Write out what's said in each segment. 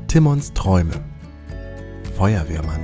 Timons Träume. Feuerwehrmann.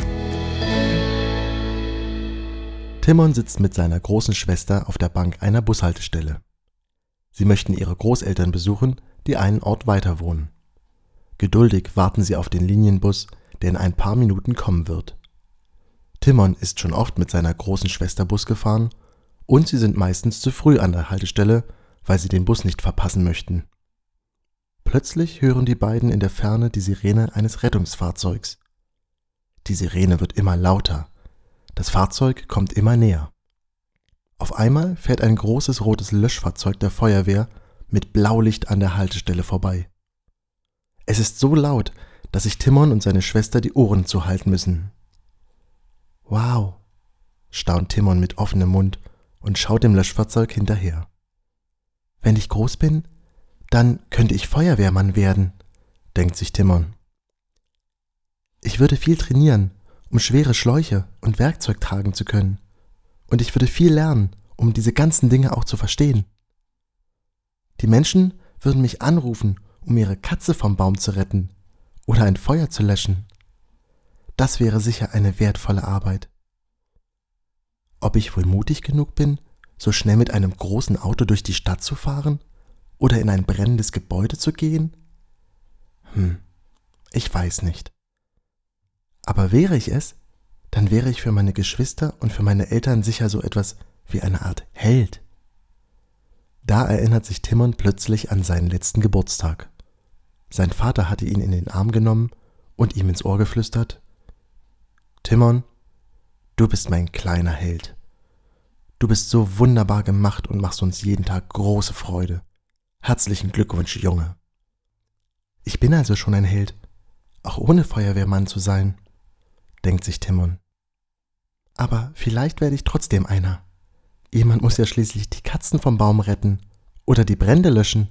Timon sitzt mit seiner großen Schwester auf der Bank einer Bushaltestelle. Sie möchten ihre Großeltern besuchen, die einen Ort weiter wohnen. Geduldig warten sie auf den Linienbus, der in ein paar Minuten kommen wird. Timon ist schon oft mit seiner großen Schwester Bus gefahren und sie sind meistens zu früh an der Haltestelle, weil sie den Bus nicht verpassen möchten. Plötzlich hören die beiden in der Ferne die Sirene eines Rettungsfahrzeugs. Die Sirene wird immer lauter. Das Fahrzeug kommt immer näher. Auf einmal fährt ein großes rotes Löschfahrzeug der Feuerwehr mit Blaulicht an der Haltestelle vorbei. Es ist so laut, dass sich Timon und seine Schwester die Ohren zuhalten müssen. »Wow«, staunt Timon mit offenem Mund und schaut dem Löschfahrzeug hinterher. »Wenn ich groß bin, dann könnte ich Feuerwehrmann werden«, denkt sich Timon. »Ich würde viel trainieren, um schwere Schläuche und Werkzeug tragen zu können. Und ich würde viel lernen, um diese ganzen Dinge auch zu verstehen. Die Menschen würden mich anrufen, um ihre Katze vom Baum zu retten oder ein Feuer zu löschen. Das wäre sicher eine wertvolle Arbeit. Ob ich wohl mutig genug bin, so schnell mit einem großen Auto durch die Stadt zu fahren oder in ein brennendes Gebäude zu gehen? Ich weiß nicht. Aber wäre ich es, dann wäre ich für meine Geschwister und für meine Eltern sicher so etwas wie eine Art Held.« Da erinnert sich Timon plötzlich an seinen letzten Geburtstag. Sein Vater hatte ihn in den Arm genommen und ihm ins Ohr geflüstert: »Timon, du bist mein kleiner Held. Du bist so wunderbar gemacht und machst uns jeden Tag große Freude. Herzlichen Glückwunsch, Junge.« »Ich bin also schon ein Held, auch ohne Feuerwehrmann zu sein«, denkt sich Timon. »Aber vielleicht werde ich trotzdem einer. Jemand muss ja schließlich die Katzen vom Baum retten oder die Brände löschen.«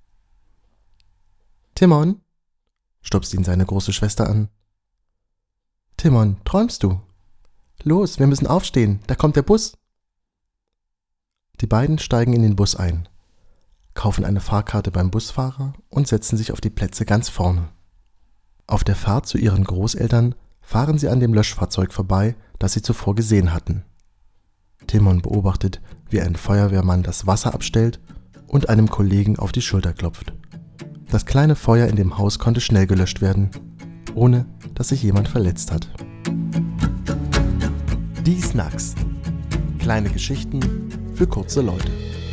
»Timon«, stupst ihn seine große Schwester an. »Timon, träumst du? Los, wir müssen aufstehen, da kommt der Bus.« Die beiden steigen in den Bus ein, kaufen eine Fahrkarte beim Busfahrer und setzen sich auf die Plätze ganz vorne. Auf der Fahrt zu ihren Großeltern fahren sie an dem Löschfahrzeug vorbei, das sie zuvor gesehen hatten. Timon beobachtet, wie ein Feuerwehrmann das Wasser abstellt und einem Kollegen auf die Schulter klopft. Das kleine Feuer in dem Haus konnte schnell gelöscht werden, ohne dass sich jemand verletzt hat. Die Snacks. Kleine Geschichten für kurze Leute.